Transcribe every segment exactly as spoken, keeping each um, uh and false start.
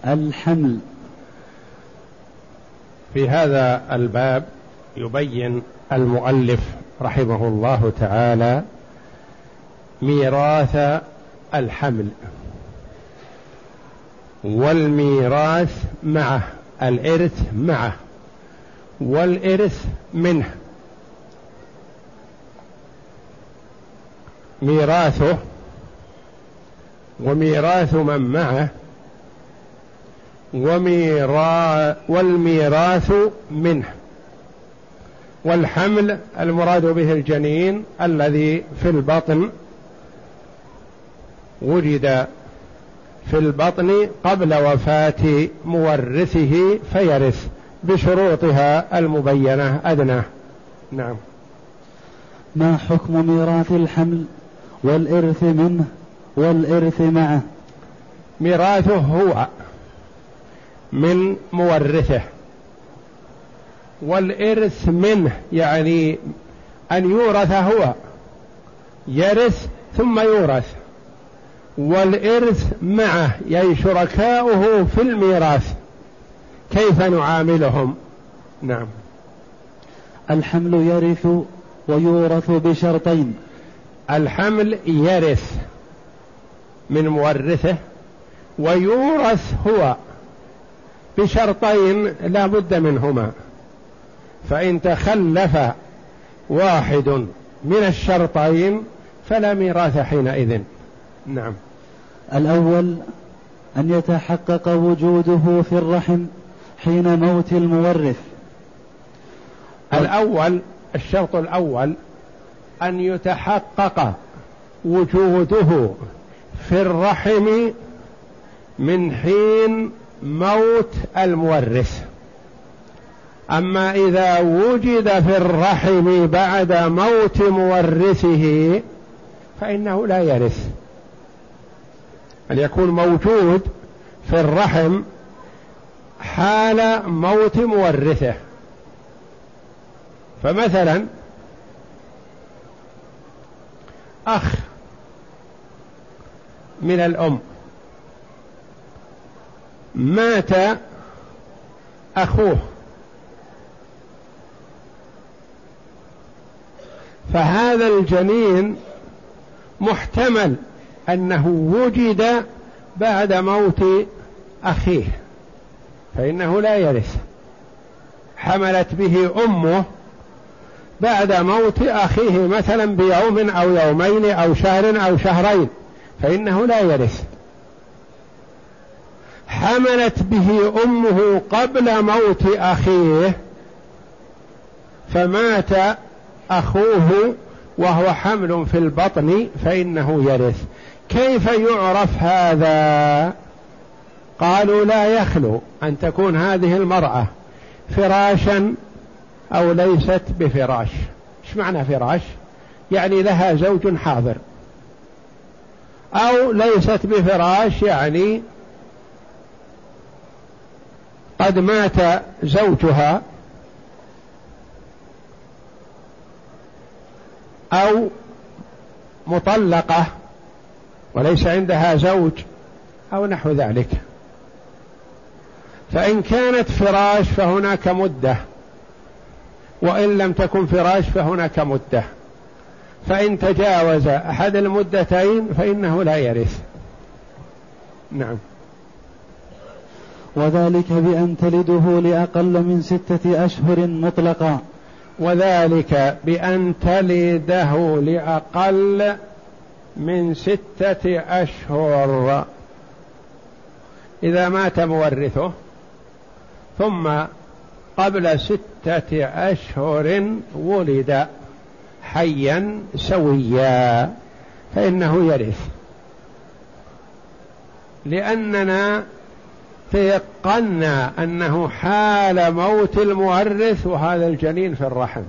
الحمل. في هذا الباب يبين المؤلف رحمه الله تعالى ميراث الحمل والميراث معه، الإرث معه والإرث منه. ميراثه وميراث من معه وميرا والميراث منه. والحمل المراد به الجنين الذي في البطن، وجد في البطن قبل وفاة مورثه فيرث بشروطها المبينة أدنى. نعم. ما حكم ميراث الحمل والإرث منه والإرث معه؟ ميراثه هو من مورثه، والإرث منه يعني أن يورث هو، يرث ثم يورث، والإرث معه يعني شركاؤه في الميراث. كيف نعاملهم؟ نعم. الحمل يرث ويورث بشرطين. الحمل يرث من مورثه ويورث هو بشرطين لا بد منهما، فإن تخلف واحد من الشرطين فلا ميراث حينئذ. نعم. الأول أن يتحقق وجوده في الرحم حين موت المورث. الأول الشرط الأول أن يتحقق وجوده في الرحم من حين موت المورث. أما إذا وجد في الرحم بعد موت مورثه فإنه لا يرث. أن يكون موجود في الرحم حال موت مورثه. فمثلا أخ من الأم مات أخوه، فهذا الجنين محتمل أنه وجد بعد موت أخيه فإنه لا يرث. حملت به أمه بعد موت أخيه مثلا بيوم أو يومين أو شهر أو شهرين فإنه لا يرث. حملت به أمه قبل موت أخيه فمات أخوه وهو حمل في البطن فإنه يرث. كيف يعرف هذا؟ قالوا لا يخلو أن تكون هذه المرأة فراشا أو ليست بفراش. ايش معنى فراش؟ يعني لها زوج حاضر، أو ليست بفراش يعني قد مات زوجها، أو مطلقة وليس عندها زوج أو نحو ذلك. فإن كانت فراش فهناك مدة، وإن لم تكن فراش فهناك مدة. فإن تجاوز أحد المدتين فإنه لا يرث. نعم. وذلك بأن تلده لأقل من ستة أشهر مطلقا. وذلك بأن تلده لأقل من ستة أشهر. إذا مات مورثه ثم قبل ستة أشهر ولد حيا سويا فإنه يرث، لأننا تيقنا أنه حال موت المورث وهذا الجنين في الرحم،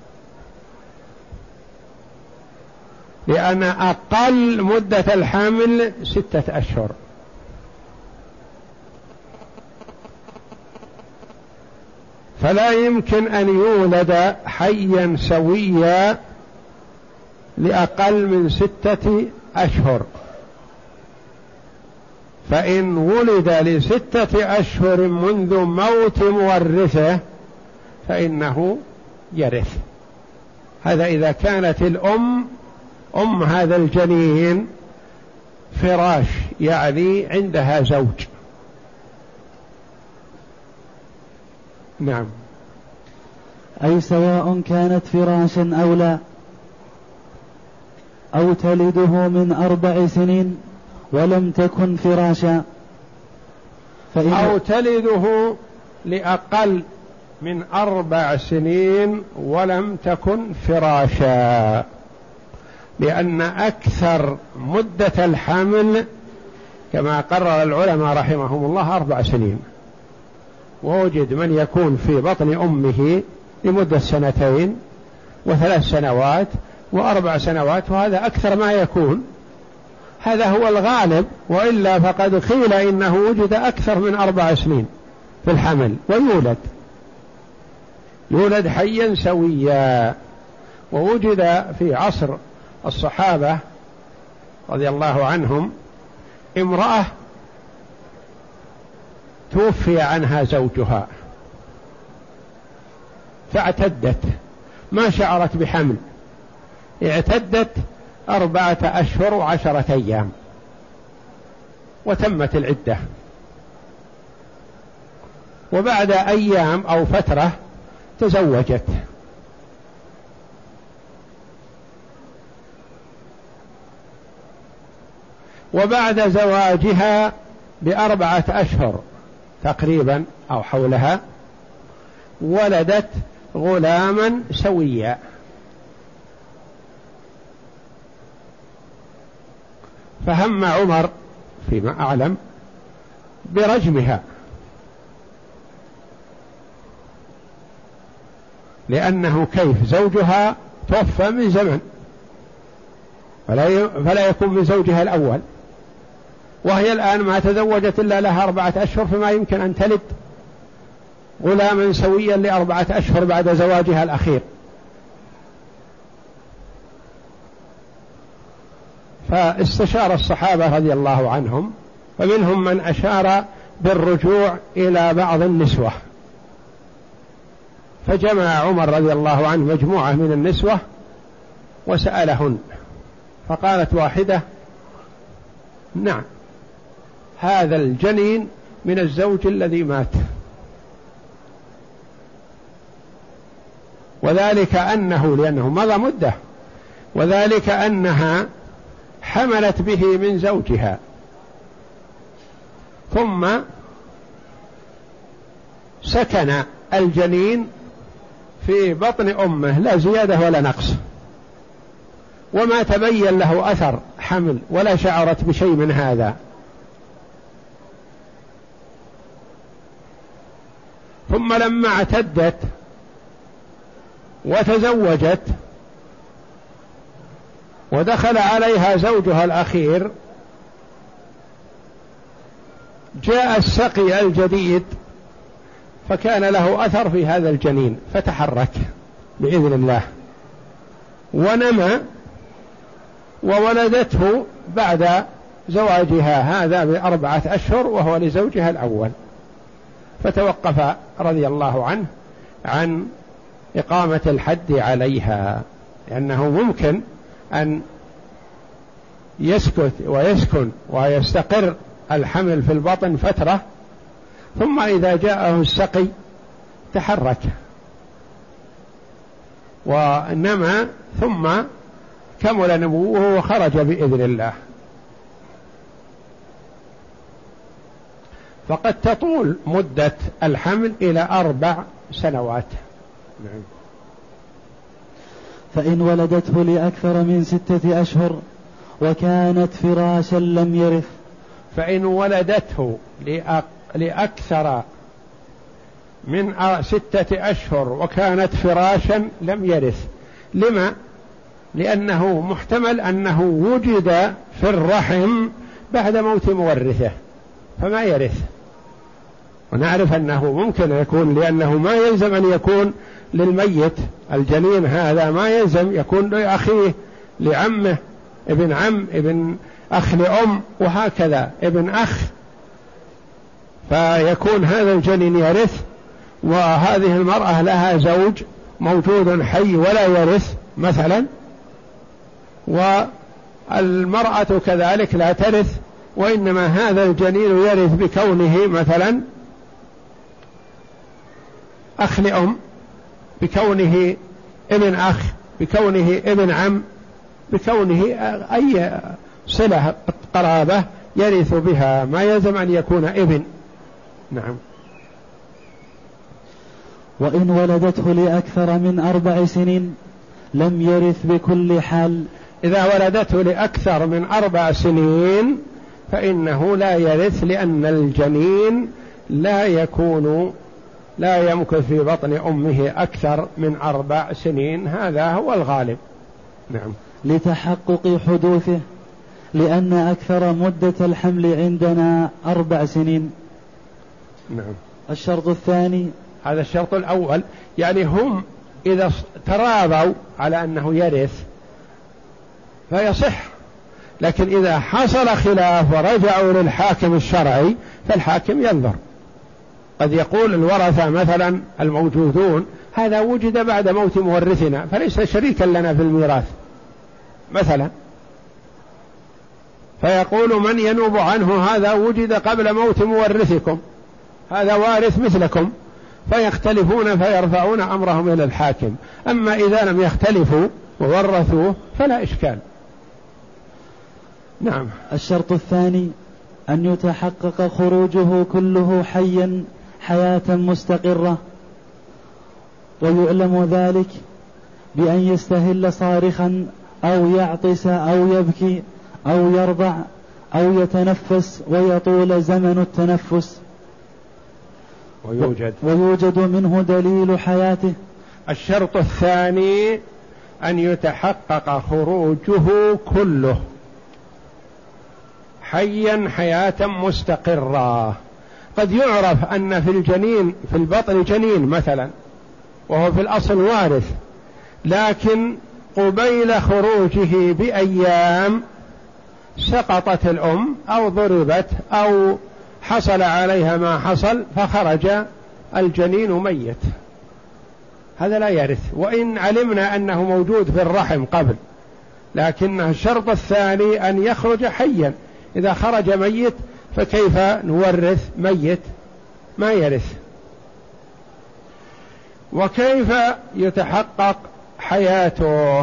لأن أقل مدة الحمل ستة أشهر. فلا يمكن أن يولد حيا سويا لأقل من ستة أشهر، فإن ولد لستة أشهر منذ موت مورثه فإنه يرث. هذا إذا كانت الأم أم هذا الجنين فراش، يعني عندها زوج. نعم. أي سواء كانت فراشا أو لا، أو تلده من أربع سنين ولم تكن فراشا، فإن أو تلده لأقل من أربع سنين ولم تكن فراشا، لأن أكثر مدة الحمل كما قرر العلماء رحمهم الله أربع سنين، ووجد من يكون في بطن أمه لمدة سنتين وثلاث سنوات وأربع سنوات، وهذا أكثر ما يكون، هذا هو الغالب، وإلا فقد قيل إنه وجد أكثر من أربع سنين في الحمل ويولد يولد حيا سويا. ووجد في عصر الصحابة رضي الله عنهم امرأة توفي عنها زوجها فاعتدت، ما شعرت بحمل، اعتدت أربعة أشهر وعشرة أيام وتمت العدة، وبعد أيام أو فترة تزوجت، وبعد زواجها بأربعة أشهر تقريبا أو حولها ولدت غلاما سويا. فهم عمر فيما أعلم برجمها، لأنه كيف زوجها توفى من زمن فلا فلا يكون من زوجها الأول، وهي الآن ما تزوجت إلا لها أربعة أشهر، فما يمكن أن تلد غلاما سويا لأربعة أشهر بعد زواجها الأخير. فاستشار الصحابة رضي الله عنهم، فمنهم من أشار بالرجوع إلى بعض النسوة، فجمع عمر رضي الله عنه مجموعة من النسوة وسألهن، فقالت واحدة: نعم، هذا الجنين من الزوج الذي مات، وذلك أنه لأنه مضى مدة، وذلك أنها حملت به من زوجها ثم سكن الجنين في بطن أمه لا زيادة ولا نقص، وما تبين له أثر حمل ولا شعرت بشيء من هذا. ثم لما اعتدت وتزوجت ودخل عليها زوجها الأخير، جاء السقي الجديد فكان له أثر في هذا الجنين فتحرك بإذن الله ونمى، وولدته بعد زواجها هذا بأربعة أشهر وهو لزوجها الأول، فتوقف رضي الله عنه عن إقامة الحد عليها، لأنه ممكن أن يسكت ويسكن ويستقر الحمل في البطن فترة، ثم إذا جاءه السقي تحرك ونمى ثم كمل نموه وخرج بإذن الله. فقد تطول مدة الحمل إلى أربع سنوات. نعم. فإن ولدته لأكثر من ستة أشهر وكانت فراشا لم يرث. فإن ولدته لأكثر من ستة أشهر وكانت فراشا لم يرث. لما؟ لأنه محتمل أنه وجد في الرحم بعد موت مورثه فما يرث، ونعرف أنه ممكن يكون، لأنه ما يلزم أن يكون للميت الجنين هذا، ما يلزم يكون لأخيه، لعمه، ابن عم، ابن أخ لأم، وهكذا ابن أخ فيكون هذا الجنين يرث، وهذه المرأة لها زوج موجود حي ولا يرث مثلا، والمرأة كذلك لا ترث، وإنما هذا الجنين يرث بكونه مثلا أخ لأم، بكونه ابن أخ، بكونه ابن عم، بكونه أي صلة قرابة يرث بها، ما يلزم أن يكون ابن. نعم. وإن ولدته لأكثر من أربع سنين لم يرث بكل حال. إذا ولدته لأكثر من أربع سنين فإنه لا يرث، لأن الجنين لا يكون لا يمكث في بطن أمه أكثر من أربع سنين، هذا هو الغالب. نعم. لتحقق حدوثه، لأن أكثر مدة الحمل عندنا أربع سنين. نعم. الشرط الثاني، هذا الشرط الأول، يعني هم إذا تراضوا على أنه يرث فيصح، لكن إذا حصل خلاف ورجعوا للحاكم الشرعي فالحاكم ينظر، قد يقول الورثة مثلا الموجودون هذا وجد بعد موت مورثنا فليس شريكا لنا في الميراث مثلا، فيقول من ينوب عنه هذا وجد قبل موت مورثكم، هذا وارث مثلكم، فيختلفون فيرفعون أمرهم إلى الحاكم. أما إذا لم يختلفوا وورثوه فلا إشكال. نعم. الشرط الثاني أن يتحقق خروجه كله حيا حياة مستقرة، ويعلم ذلك بأن يستهل صارخا أو يعطس أو يبكي أو يرضع أو يتنفس ويطول زمن التنفس، ويوجد, ويوجد منه دليل حياته. الشرط الثاني أن يتحقق خروجه كله حيا حياة مستقرة. قد يعرف أن في الجنين في البطن جنين مثلا وهو في الأصل وارث، لكن قبيل خروجه بأيام سقطت الأم أو ضربت أو حصل عليها ما حصل فخرج الجنين ميت، هذا لا يرث، وإن علمنا أنه موجود في الرحم قبل، لكن الشرط الثاني أن يخرج حيا. إذا خرج ميت فكيف نورث ميت؟ ما يرث. وكيف يتحقق حياته؟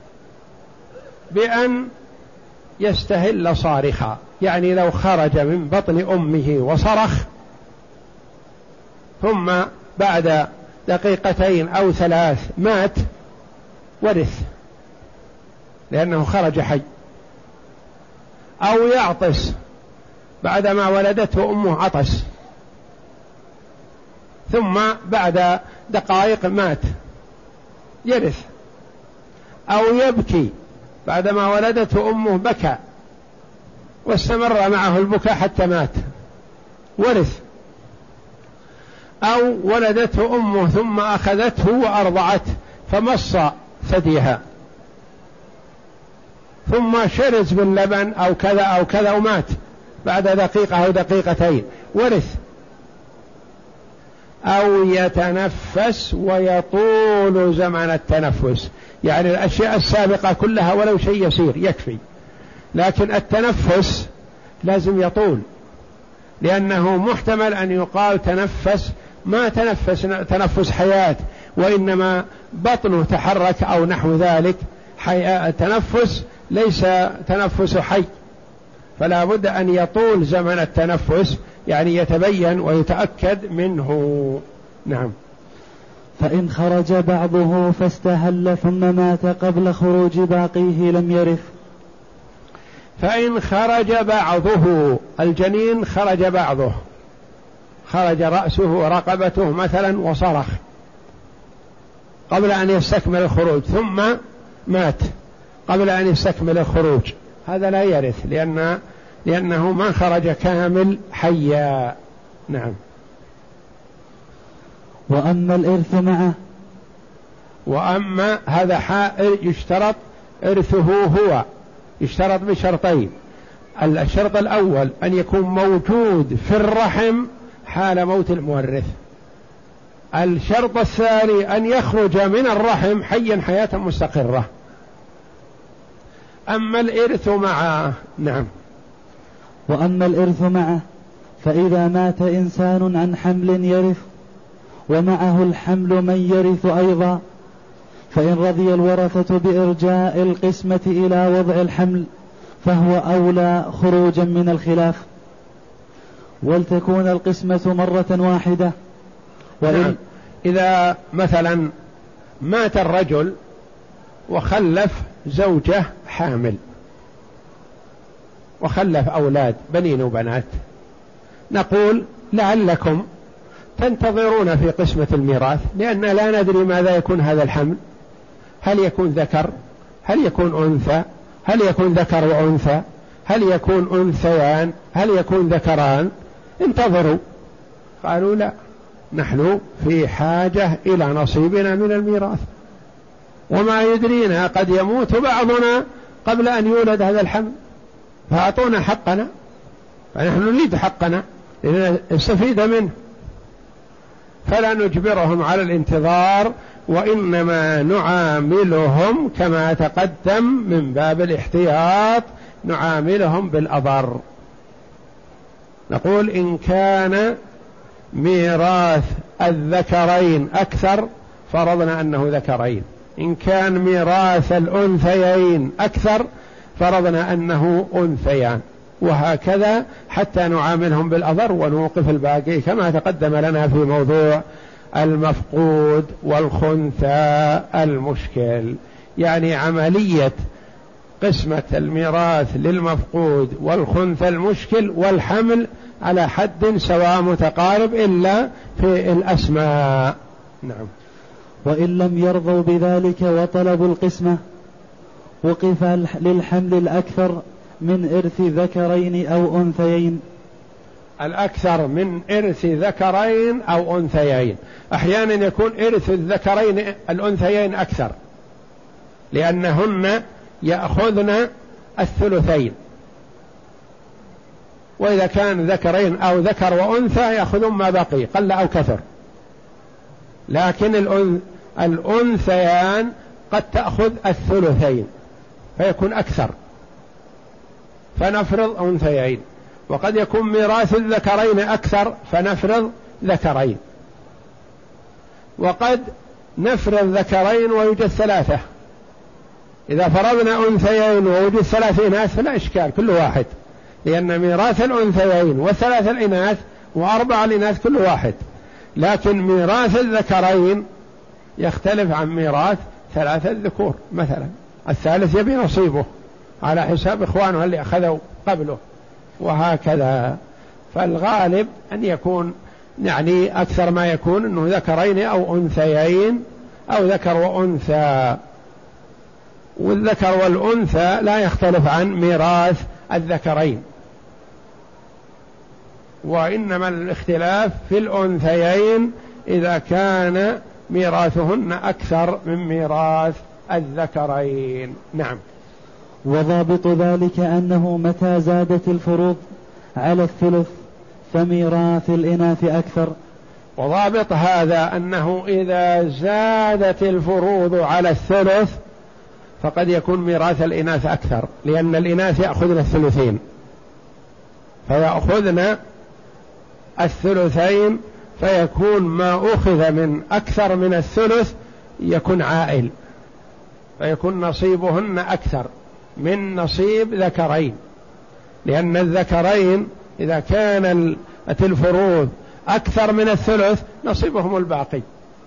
بأن يستهل صارخا، يعني لو خرج من بطن أمه وصرخ ثم بعد دقيقتين أو ثلاث مات ورث لأنه خرج حي، أو يعطس بعدما ولدته أمه عطس ثم بعد دقائق مات يرث، أو يبكي بعدما ولدته أمه بكى واستمر معه البكاء حتى مات ورث، أو ولدته أمه ثم أخذته وأرضعته فمص ثديها ثم شرز باللبن أو كذا أو كذا ومات بعد دقيقة أو دقيقتين ورث، أو يتنفس ويطول زمن التنفس، يعني الأشياء السابقة كلها ولو شيء يسير يكفي، لكن التنفس لازم يطول، لأنه محتمل أن يقال تنفس ما تنفس تنفس حياة، وإنما بطنه تحرك أو نحو ذلك، التنفس ليس تنفس حي، فلا بد أن يطول زمن التنفس، يعني يتبين ويتأكد منه. نعم. فإن خرج بعضه فاستهل ثم مات قبل خروج باقيه لم يرث. فإن خرج بعضه، الجنين خرج بعضه، خرج رأسه ورقبته مثلا وصرخ قبل أن يستكمل الخروج ثم مات قبل أن يستكمل الخروج، هذا لا يرث لأن لأنه ما خرج كامل حيا. نعم. وأما الإرث معه، وأما هذا حائل يشترط إرثه هو، يشترط بشرطين: الشرط الأول أن يكون موجود في الرحم حال موت المورث. الشرط الثاني أن يخرج من الرحم حيا حياة مستقرة. أما الإرث معه نعم. وأما الإرث معه فإذا مات إنسان عن حمل يرث ومعه الحمل من يرث أيضا، فإن رضي الورثة بإرجاء القسمة إلى وضع الحمل فهو أولى خروجا من الخلاف، ولتكون القسمة مرة واحدة. وإن نعم. إذا مثلا مات الرجل وخلف زوجة حامل وخلف أولاد بنين وبنات، نقول لعلكم تنتظرون في قسمة الميراث، لأن لا ندري ماذا يكون هذا الحمل، هل يكون ذكر، هل يكون أنثى، هل يكون ذكر وأنثى، هل يكون أنثيان، هل يكون ذكران، انتظروا. قالوا لا، نحن في حاجة إلى نصيبنا من الميراث، وما يدرينا قد يموت بعضنا قبل أن يولد هذا الحمل، فأعطونا حقنا، فنحن نريد حقنا لنستفيد منه، فلا نجبرهم على الانتظار، وإنما نعاملهم كما تقدم من باب الاحتياط، نعاملهم بالأضر. نقول إن كان ميراث الذكرين أكثر فرضنا أنه ذكرين، إن كان ميراث الأنثيين أكثر فرضنا أنه أنثيان، وهكذا حتى نعاملهم بالأضر ونوقف الباقي كما تقدم لنا في موضوع المفقود والخنثى المشكل. يعني عملية قسمة الميراث للمفقود والخنثى المشكل والحمل على حد سواء متقارب إلا في الأسماء. نعم. وإن لم يرضوا بذلك وطلبوا القسمة وقف للحمل الأكثر من إرث ذكرين أو أنثيين. الأكثر من إرث ذكرين أو أنثيين، أحيانا يكون إرث الذكرين الأنثيين أكثر لأنهن يأخذن الثلثين، وإذا كان ذكرين أو ذكر وأنثى يأخذون ما بقي قل أو كثر، لكن الأنثيان قد تأخذ الثلثين فيكون أكثر، فنفرض أنثيين. وقد يكون ميراث الذكرين أكثر فنفرض ذكرين، وقد نفرض ذكرين ويوجد ثلاثة. إذا فرضنا أنثيين ووجد ثلاث إناث فلا إشكال كل واحد، لأن ميراث الأنثيين وثلاث الإناث وأربع الإناث كل واحد، لكن ميراث الذكرين يختلف عن ميراث ثلاثة الذكور. مثلا الثالث يبي نصيبه على حساب إخوانه اللي أخذوا قبله، وهكذا. فالغالب أن يكون يعني أكثر ما يكون أنه ذكرين أو أنثيين أو ذكر وأنثى، والذكر والأنثى لا يختلف عن ميراث الذكرين، وإنما الاختلاف في الأنثيين إذا كان ميراثهن أكثر من ميراث الذكرين. نعم. وضابط ذلك أنه متى زادت الفروض على الثلث فميراث الإناث أكثر. وضابط هذا أنه إذا زادت الفروض على الثلث فقد يكون ميراث الإناث أكثر، لأن الإناث يأخذن الثلثين فيأخذن الثلثين، فيكون ما أخذ من أكثر من الثلث يكون عائل، فيكون نصيبهن أكثر من نصيب ذكرين، لأن الذكرين إذا كان الفروض أكثر من الثلث نصيبهم الباقي،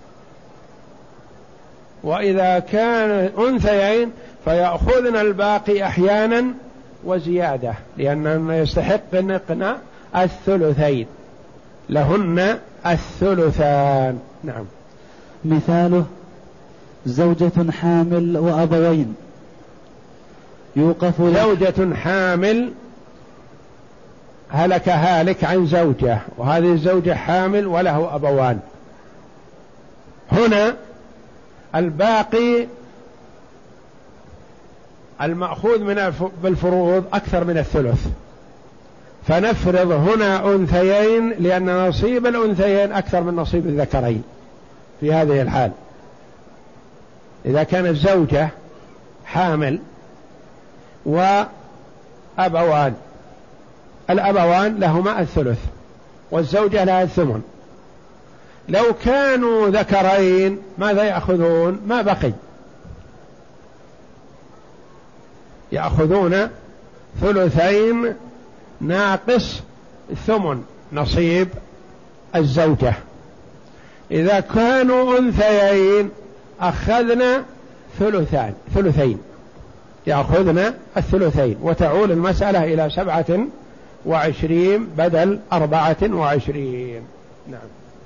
وإذا كان أنثيين فيأخذن الباقي أحيانا وزيادة، لأنهن يستحقن الثلثين، لهن الثلثان. نعم. مثاله زوجة حامل وأبوين يوقف. زوجة حامل هلك هالك عن زوجة، وهذه الزوجة حامل وله أبوان، هنا الباقي المأخوذ من بالفروض أكثر من الثلث، فنفرض هنا أنثيين لأن نصيب الأنثيين أكثر من نصيب الذكرين في هذه الحال. إذا كانت زوجة حامل وأبوان، الأبوان لهما الثلث والزوجة لها الثمن، لو كانوا ذكرين ماذا يأخذون؟ ما بقي، يأخذون ثلثين ناقص الثمن نصيب الزوجة. إذا كانوا أنثيين أخذنا ثلثان ثلثين يأخذنا الثلثين، وتعول المسألة إلى سبعة وعشرين بدل أربعة وعشرين. نعم.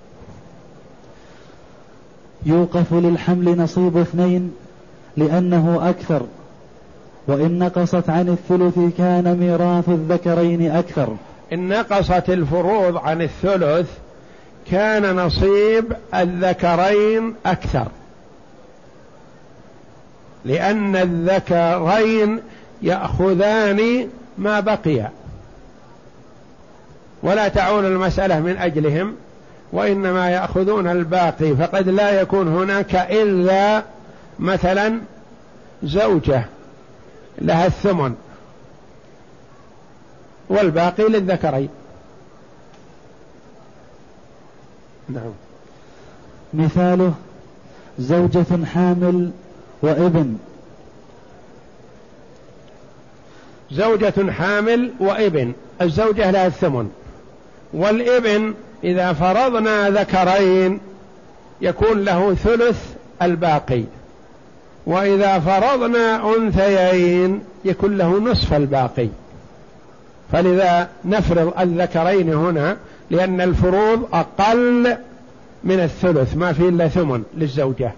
يوقف للحمل نصيب اثنين لأنه أكثر، وإن نقصت عن الثلث كان ميراث الذكرين أكثر. إن نقصت الفروض عن الثلث كان نصيب الذكرين أكثر، لأن الذكرين يأخذان ما بقي، ولا تعول المسألة من أجلهم، وإنما يأخذون الباقي، فقد لا يكون هناك إلا مثلا زوجة لها الثمن والباقي للذكرين. نعم. مثاله زوجة حامل وابن. زوجة حامل وابن، الزوجة لها الثمن، والابن إذا فرضنا ذكرين يكون له ثلث الباقي، وإذا فرضنا أنثيين يكون له نصف الباقي. فلذا نفرض الذكرين هنا لأن الفروض أقل من الثلث، ما في إلا ثمن للزوجة.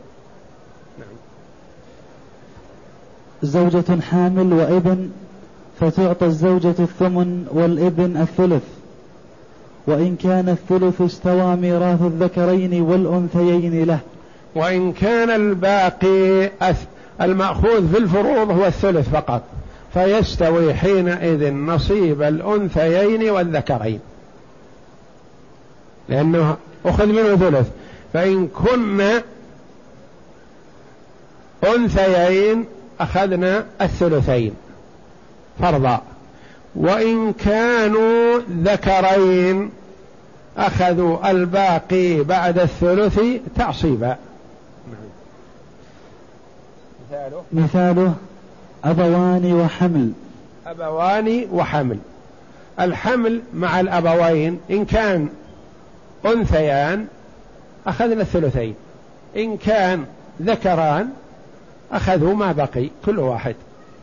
زوجة حامل وابن فتعطى الزوجة الثمن والابن الثلث، وإن كان الثلث استوى ميراث الذكرين والأنثيين له. وإن كان الباقي المأخوذ في الفروض هو الثلث فقط، فيستوي حينئذ نصيب الأنثيين والذكرين، لأنه أخذ منه ثلث. فإن كنا أنثيين أخذنا الثلثين فرضا، وإن كانوا ذكرين أخذوا الباقي بعد الثلث تعصيبا. مثاله, مثاله أبوان وحمل. أبوان وحمل، الحمل مع الأبوين إن كان أنثيان أخذنا الثلثين، إن كان ذكران أخذوا ما بقي كل واحد.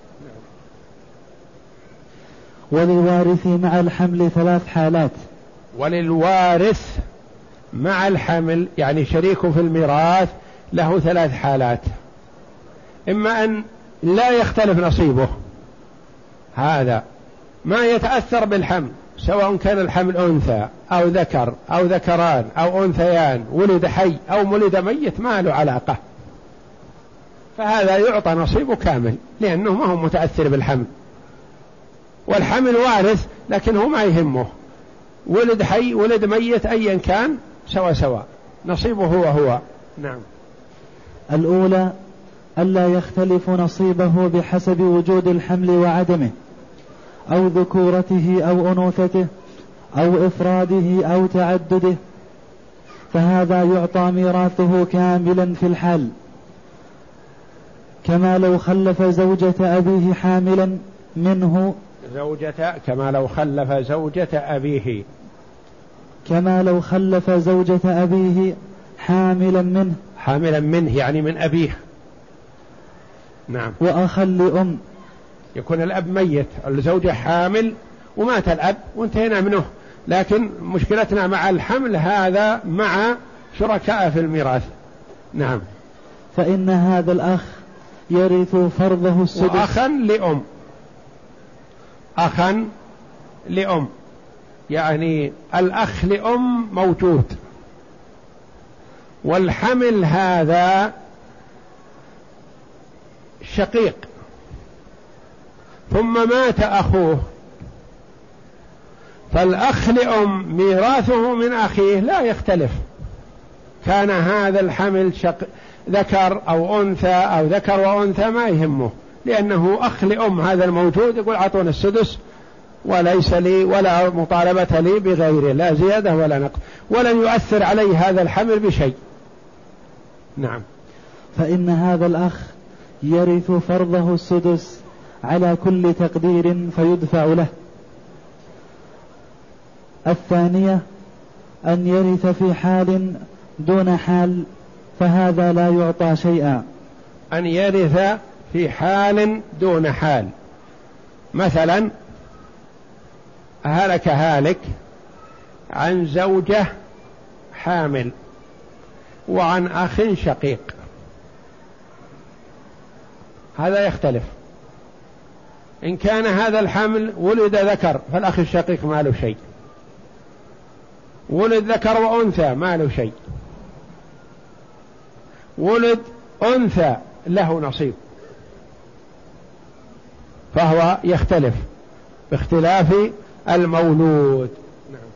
وللوارث مع الحمل ثلاث حالات. وللوارث مع الحمل يعني شريكه في الميراث له ثلاث حالات: إما أن لا يختلف نصيبه، هذا ما يتأثر بالحمل، سواء كان الحمل أنثى أو ذكر أو ذكران أو أنثيان، ولد حي أو ولد ميت ما له علاقة، فهذا يعطى نصيبه كامل لأنه ما هو متأثر بالحمل. والحمل وارث لكنه ما يهمه، ولد حي ولد ميت أيا كان سوا سوا نصيبه هو هو. نعم. الأولى ألا يختلف نصيبه بحسب وجود الحمل وعدمه، أو ذكورته أو أنوثته أو إفراده أو تعدده، فهذا يعطى ميراثه كاملا في الحال، كما لو خلف زوجة أبيه حاملا منه زوجة كما لو خلف زوجة أبيه كما لو خلف زوجة أبيه حاملا منه حاملا منه يعني من أبيه. نعم. وأخا لأم، يكون الأب ميت، الزوجة حامل ومات الأب وانتهينا منه، لكن مشكلتنا مع الحمل هذا مع شركاء في الميراث. نعم. فإن هذا الأخ يرث فرضه السدس. وأخا لأم، أخا لأم يعني الأخ لأم موجود، والحمل هذا شقيق ثم مات أخوه، فالأخ لأم ميراثه من أخيه لا يختلف، كان هذا الحمل شق ذكر أو أنثى أو ذكر وأنثى ما يهمه، لأنه أخ لأم هذا الموجود، يقول أعطونا السدس وليس لي ولا مطالبة لي بغيره، لا زيادة ولا نقص، ولن يؤثر علي هذا الحمل بشيء. نعم. فإن هذا الأخ يرث فرضه السدس على كل تقدير فيدفع له. الثانية أن يرث في حال دون حال، فهذا لا يعطى شيئا. أن يرث في حال دون حال، مثلا هلك هالك عن زوجة حامل وعن أخ شقيق، هذا يختلف. إن كان هذا الحمل ولد ذكر فالأخ الشقيق ما له شيء، ولد ذكر وأنثى ما له شيء، ولد أنثى له نصيب، فهو يختلف باختلاف المولود. نعم.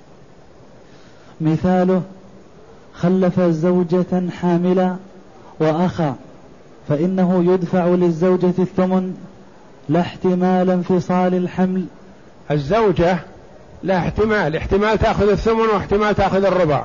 مثاله خلف زوجة حاملة وأخا، فإنه يدفع للزوجة الثمن لا احتمال انفصال الحمل. الزوجة لا احتمال، احتمال تأخذ الثمن واحتمال تأخذ الربع،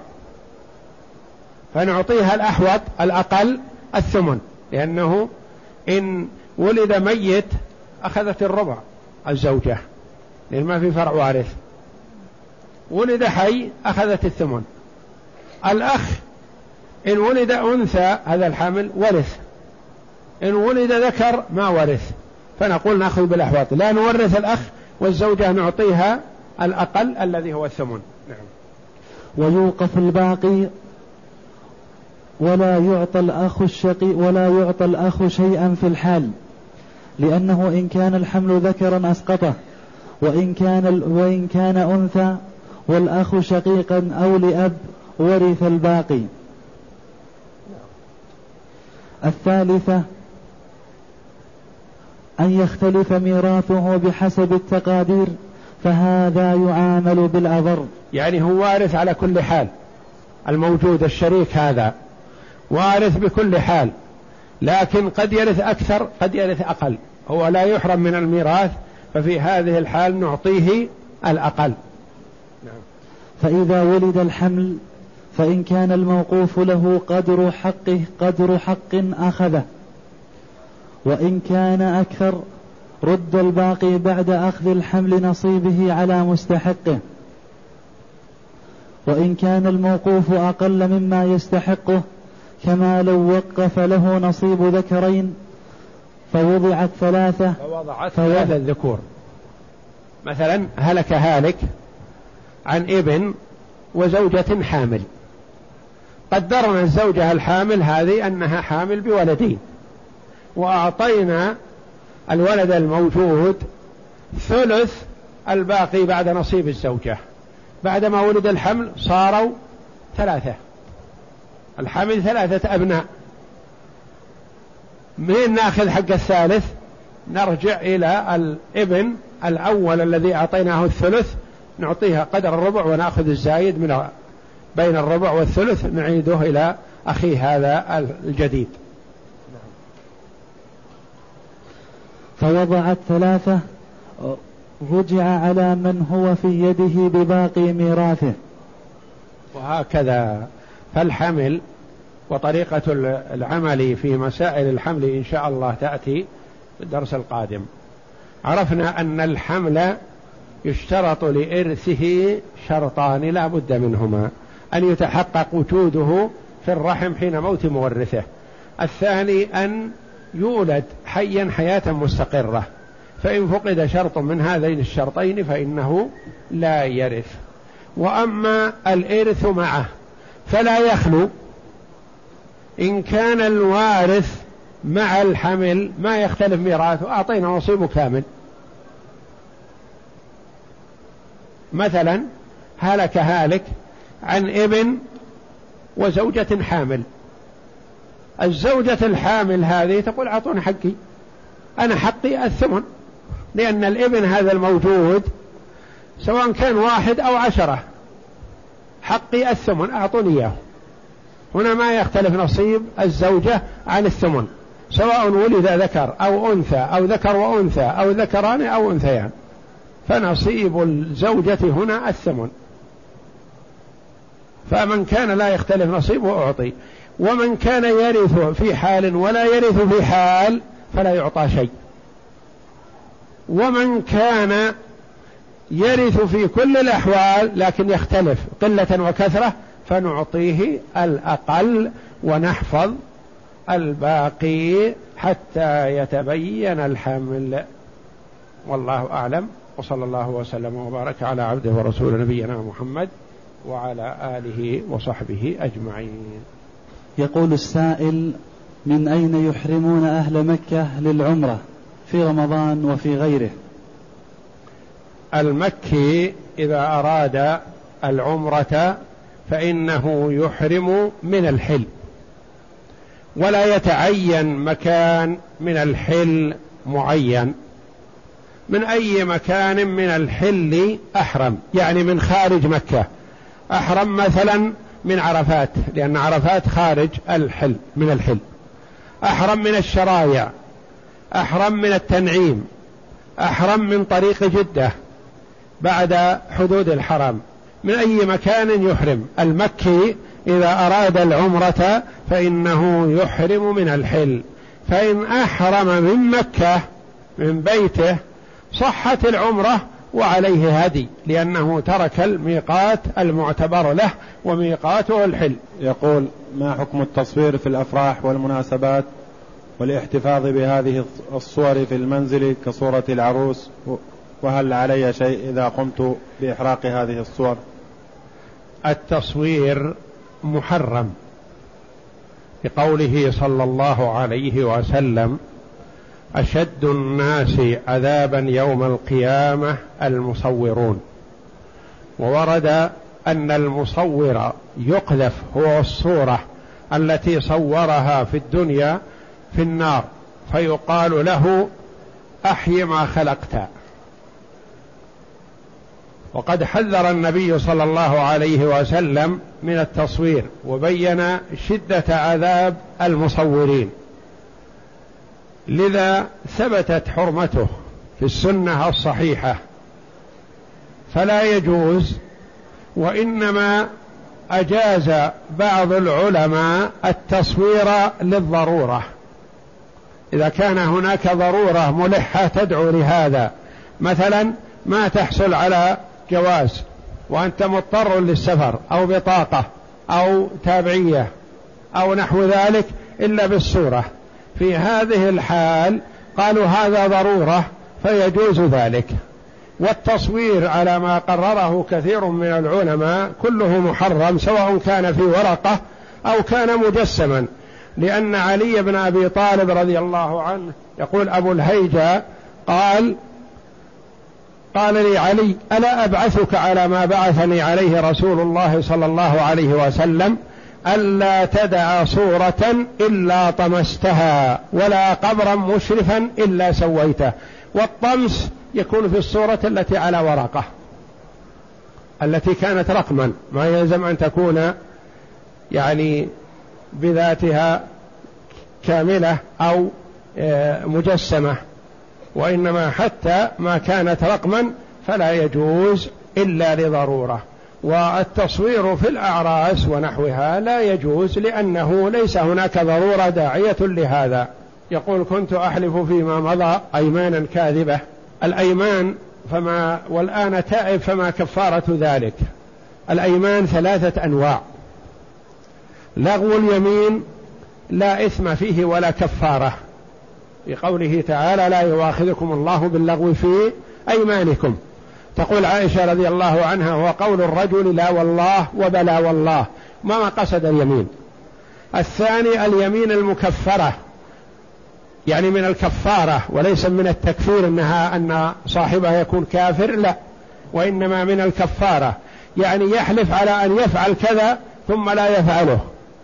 فنعطيها الأحوط الأقل الثمن، لأنه إن ولد ميت أخذت الربع الزوجة لأن ما في فرع وارث، ولد حي أخذت الثمن. الأخ إن ولد أنثى هذا الحمل ورث، إن ولد ذكر ما ورث، فنقول نأخذ بالأحوط، لا نورث الأخ والزوجة نعطيها الأقل الذي هو الثمن. نعم. ويوقف الباقي ولا يعطى الأخ الشقي ولا يعطى الأخ شيئا في الحال، لأنه إن كان الحمل ذكرا أسقطه، وإن كان وإن كان أنثى والأخ شقيقا أو لأب ورث الباقي. الثالثة أن يختلف ميراثه بحسب التقادير، فهذا يعامل بالأضر. يعني هو وارث على كل حال، الموجود الشريك هذا وارث بكل حال، لكن قد يرث أكثر قد يرث أقل، هو لا يحرم من الميراث، ففي هذه الحال نعطيه الأقل. نعم. فإذا ولد الحمل فإن كان الموقوف له قدر حقه قدر حق أخذه، وإن كان أكثر رد الباقي بعد أخذ الحمل نصيبه على مستحقه، وإن كان الموقوف أقل مما يستحقه كما لو وقف له نصيب ذكرين فوضعت ثلاثة فوضعت ثلاثة الذكور، مثلا هلك هالك عن ابن وزوجة حامل، قدرنا الزوجة الحامل هذه أنها حامل بولدين، وأعطينا الولد الموجود ثلث الباقي بعد نصيب الزوجة. بعدما ولد الحمل صاروا ثلاثة، الحمل ثلاثة أبناء، من نأخذ حق الثالث؟ نرجع إلى الابن الأول الذي أعطيناه الثلث، نعطيها قدر الربع ونأخذ الزايد من بين الربع والثلث نعيده إلى أخيه هذا الجديد. فوضعت ثلاثة رجع على من هو في يده بباقي ميراثه. وهكذا فالحمل وطريقة العمل في مسائل الحمل إن شاء الله تأتي في الدرس القادم. عرفنا أن الحمل يشترط لإرثه شرطان لا بد منهما: أن يتحقق وجوده في الرحم حين موت مورثه، الثاني أن يولد حيا حياة مستقرة، فإن فقد شرط من هذين الشرطين فإنه لا يرث. وأما الإرث معه فلا يخلو، إن كان الوارث مع الحمل ما يختلف ميراثه، أعطينا نصيبه كامل. مثلا هلك هالك عن ابن وزوجة حامل، الزوجة الحامل هذه تقول أعطوني حقي، أنا حقي الثمن، لأن الابن هذا الموجود سواء كان واحد أو عشرة، حقي الثمن أعطوني إياه. هنا ما يختلف نصيب الزوجة عن الثمن، سواء ولد ذكر أو أنثى أو ذكر وأنثى أو ذكران أو أنثيان، فنصيب الزوجة هنا الثمن. فمن كان لا يختلف نصيبه أعطي، ومن كان يرث في حال ولا يرث في حال فلا يعطى شيء، ومن كان يرث في كل الأحوال لكن يختلف قلة وكثرة فنعطيه الأقل ونحفظ الباقي حتى يتبين الحمل. والله أعلم، وصلى الله وسلم وبارك على عبده ورسول نبينا محمد وعلى آله وصحبه أجمعين. يقول السائل: من أين يحرمون أهل مكة للعمرة في رمضان وفي غيره؟ المكي إذا أراد العمرة فإنه يحرم من الحل، ولا يتعين مكان من الحل معين، من أي مكان من الحل أحرم، يعني من خارج مكة أحرم مثلا من عرفات، لأن عرفات خارج الحل من الحل، أحرم من الشرايع، أحرم من التنعيم، أحرم من طريق جدة بعد حدود الحرم، من أي مكان يحرم. المكي إذا أراد العمرة فإنه يحرم من الحل، فإن أحرم من مكة من بيته صحت العمرة وعليه هدي، لأنه ترك الميقات المعتبر له وميقاته الحل. يقول: ما حكم التصوير في الأفراح والمناسبات والاحتفاظ بهذه الصور في المنزل كصورة العروس، وهل علي شيء إذا قمت بإحراق هذه الصور؟ التصوير محرم بقوله صلى الله عليه وسلم: أشد الناس عذابا يوم القيامة المصورون. وورد أن المصور يقذف هو الصورة التي صورها في الدنيا في النار، فيقال له: أحي ما خلقت. وقد حذر النبي صلى الله عليه وسلم من التصوير، وبين شدة عذاب المصورين، لذا ثبتت حرمته في السنة الصحيحة، فلا يجوز. وإنما أجاز بعض العلماء التصوير للضرورة، إذا كان هناك ضرورة ملحة تدعو لهذا، مثلا ما تحصل على جواز وأنت مضطر للسفر أو بطاقة أو تابعية أو نحو ذلك إلا بالصورة، في هذه الحال قالوا هذا ضرورة فيجوز ذلك. والتصوير على ما قرره كثير من العلماء كله محرم، سواء كان في ورقة أو كان مجسما، لأن علي بن أبي طالب رضي الله عنه يقول: أبو الهيجة قال قال لي علي: ألا أبعثك على ما بعثني عليه رسول الله صلى الله عليه وسلم، ألا تدع صورة إلا طمستها ولا قبرا مشرفا إلا سويته. والطمس يكون في الصورة التي على ورقة، التي كانت رقما، ما يلزم أن تكون يعني بذاتها كاملة أو مجسمة، وإنما حتى ما كانت رقما فلا يجوز إلا لضرورة. والتصوير في الأعراس ونحوها لا يجوز، لأنه ليس هناك ضرورة داعية لهذا. يقول: كنت أحلف فيما مضى أيمانا كاذبة. الأيمان فما والآن تائب، فما كفارة ذلك؟ الأيمان ثلاثة أنواع: لغو اليمين لا إثم فيه ولا كفارة، بقوله تعالى: لا يؤاخذكم الله باللغو في أيمانكم. تقول عائشة رضي الله عنها: هو قول الرجل لا والله وبلا والله، ما قصد اليمين. الثاني اليمين المكفرة، يعني من الكفارة وليس من التكفير، إنها أن صاحبها يكون كافر، لا، وإنما من الكفارة، يعني يحلف على أن يفعل كذا ثم لا يفعله،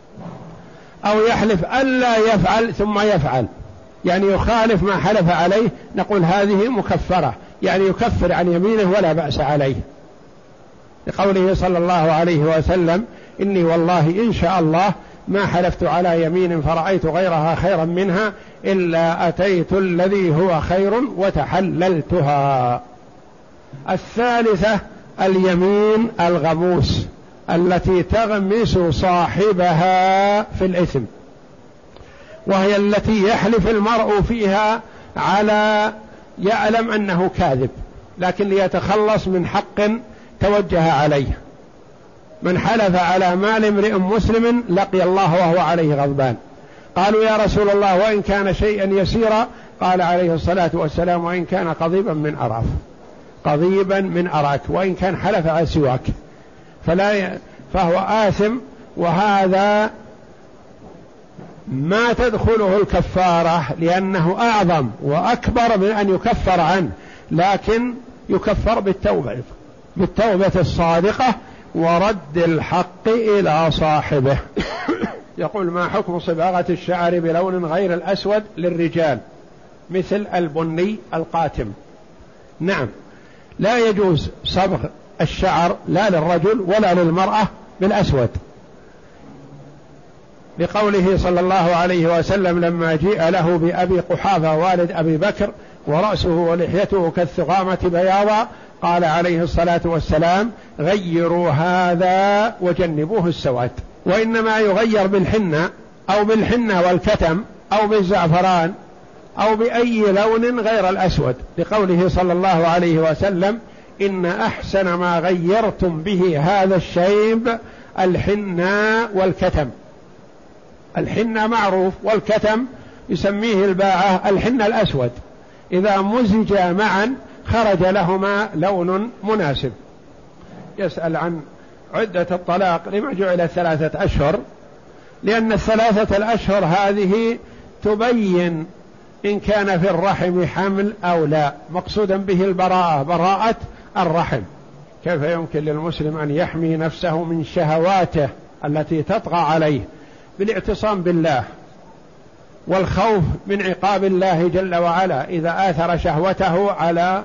أو يحلف ألا يفعل ثم يفعل، يعني يخالف ما حلف عليه، نقول هذه مكفرة. يعني يكفر عن يمينه ولا بأس عليه، لقوله صلى الله عليه وسلم: إني والله إن شاء الله ما حلفت على يمين فرأيت غيرها خيرا منها إلا أتيت الذي هو خير وتحللتها. الثالثة اليمين الغموس التي تغمس صاحبها في الإثم، وهي التي يحلف المرء فيها على يعلم أنه كاذب لكن ليتخلص من حق توجه عليه. من حلف على مال امرئ مسلم لقي الله وهو عليه غضبان. قالوا: يا رسول الله وإن كان شيئا يسيرا؟ قال عليه الصلاة والسلام: وإن كان قضيبا من أراف، قضيبا من أراك، وإن كان حلف على سواك فلا ي... فهو آثم، وهذا ما تدخله الكفارة لأنه أعظم وأكبر من أن يكفر عنه، لكن يكفر بالتوبة بالتوبة الصادقة ورد الحق إلى صاحبه. يقول: ما حكم صباغة الشعر بلون غير الأسود للرجال مثل البني القاتم؟ نعم، لا يجوز صبغ الشعر لا للرجل ولا للمرأة بالأسود، لقوله صلى الله عليه وسلم لما جيء له بأبي قحافة والد أبي بكر ورأسه ولحيته كالثغامة بياضا، قال عليه الصلاة والسلام: غيروا هذا وجنبوه السواد. وإنما يغير بالحنة أو بالحنة والكتم أو بالزعفران أو بأي لون غير الأسود، لقوله صلى الله عليه وسلم: إن أحسن ما غيرتم به هذا الشيب الحنة والكتم. الحنة معروف، والكتم يسميه الباعة الحنة الأسود، إذا مزجا معا خرج لهما لون مناسب. يسأل عن عدة الطلاق لما جعل ثلاثة أشهر، لأن الثلاثة الأشهر هذه تبين إن كان في الرحم حمل أو لا، مقصودا به البراءة، براءة الرحم. كيف يمكن للمسلم أن يحمي نفسه من شهواته التي تطغى عليه بالاعتصام بالله والخوف من عقاب الله جل وعلا إذا آثر شهوته على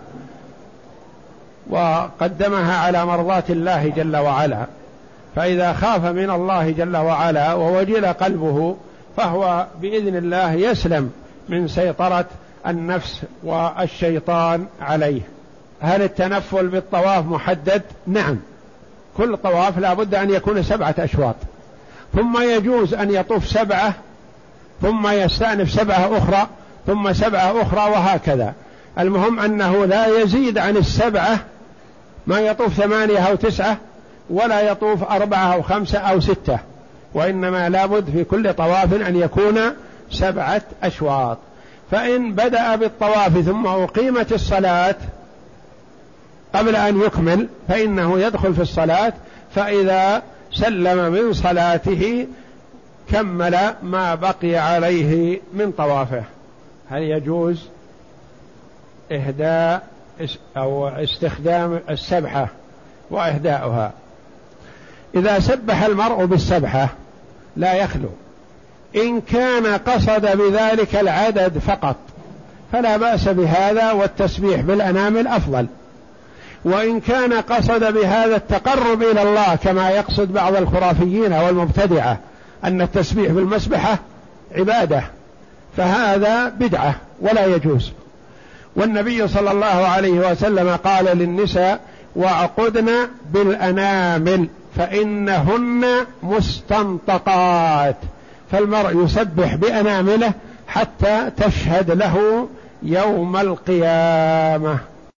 وقدمها على مرضاة الله جل وعلا؟ فإذا خاف من الله جل وعلا ووجل قلبه فهو بإذن الله يسلم من سيطرة النفس والشيطان عليه. هل التنفل بالطواف محدد؟ نعم، كل طواف لا بد أن يكون سبعة أشواط، ثم يجوز أن يطوف سبعة ثم يستأنف سبعة أخرى ثم سبعة أخرى وهكذا. المهم أنه لا يزيد عن السبعة، ما يطوف ثمانية أو تسعة ولا يطوف أربعة أو خمسة أو ستة، وإنما لابد في كل طواف أن يكون سبعة أشواط. فإن بدأ بالطواف ثم أقيمت الصلاة قبل أن يكمل فإنه يدخل في الصلاة، فإذا سلم من صلاته كمل ما بقي عليه من طوافه. هل يجوز إهداء أو استخدام السبحة وإهداؤها؟ إذا سبح المرء بالسبحة لا يخلو، إن كان قصد بذلك العدد فقط فلا بأس بهذا، والتسبيح بالأنامل أفضل. وإن كان قصد بهذا التقرب إلى الله كما يقصد بعض الخرافيين والمبتدعة أن التسبيح بالمسبحة عبادة، فهذا بدعة ولا يجوز. والنبي صلى الله عليه وسلم قال للنساء: وعقدن بالأنامل فإنهن مستنطقات، فالمرء يسبح بأنامله حتى تشهد له يوم القيامة.